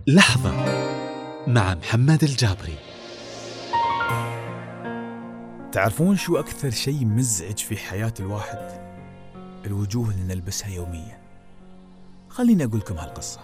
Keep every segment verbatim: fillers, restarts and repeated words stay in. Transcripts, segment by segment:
لحظة مع محمد الجابري. تعرفون شو أكثر شيء مزعج في حياة الواحد؟ الوجوه اللي نلبسها يوميا. خليني أقول لكم هالقصة.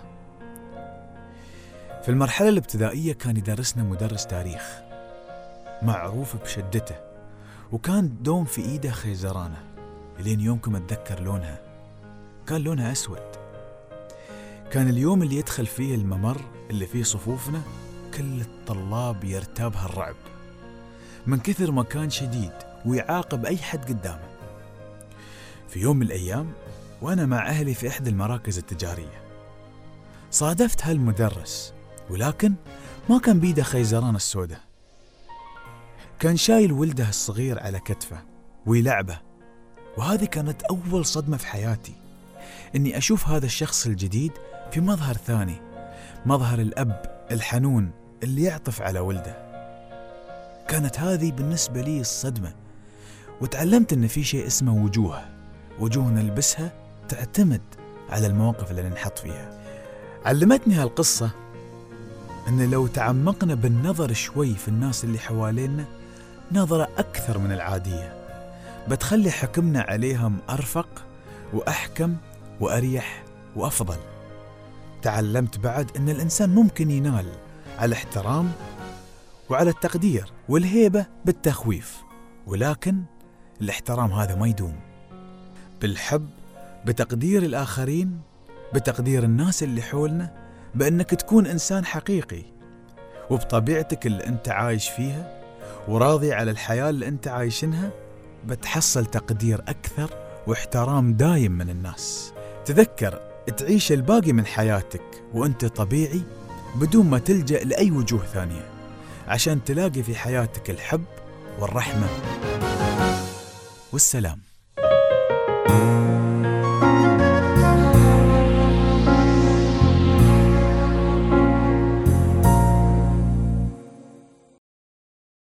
في المرحلة الابتدائية كان يدرسنا مدرس تاريخ معروف بشدته، وكان دوم في إيده خيزرانة لين يومكم أتذكر لونها، كان لونها أسود. كان اليوم اللي يدخل فيه الممر اللي فيه صفوفنا كل الطلاب يرتابها الرعب من كثر ما كان شديد ويعاقب أي حد قدامه. في يوم من الأيام وأنا مع أهلي في إحدى المراكز التجارية صادفت هالمدرس، ولكن ما كان بيده خيزران السوداء، كان شايل ولده الصغير على كتفه ويلعبه. وهذه كانت أول صدمة في حياتي، إني أشوف هذا الشخص الجديد في مظهر ثاني، مظهر الأب الحنون اللي يعطف على ولده. كانت هذه بالنسبة لي الصدمة، وتعلمت إن في شيء اسمه وجوه، وجوه نلبسها تعتمد على المواقف اللي ننحط فيها. علمتني هالقصة إن لو تعمقنا بالنظر شوي في الناس اللي حوالينا نظرة أكثر من العادية، بتخلي حكمنا عليهم أرفق وأحكم وأريح وأفضل. تعلمت بعد أن الإنسان ممكن ينال على الاحترام وعلى التقدير والهيبة بالتخويف، ولكن الاحترام هذا ما يدوم. بالحب، بتقدير الآخرين، بتقدير الناس اللي حولنا، بأنك تكون إنسان حقيقي وبطبيعتك اللي أنت عايش فيها وراضي على الحياة اللي أنت عايشنها، بتحصل تقدير أكثر واحترام دايم من الناس. تذكر تعيش الباقي من حياتك وأنت طبيعي بدون ما تلجأ لأي وجوه ثانية، عشان تلاقي في حياتك الحب والرحمة والسلام.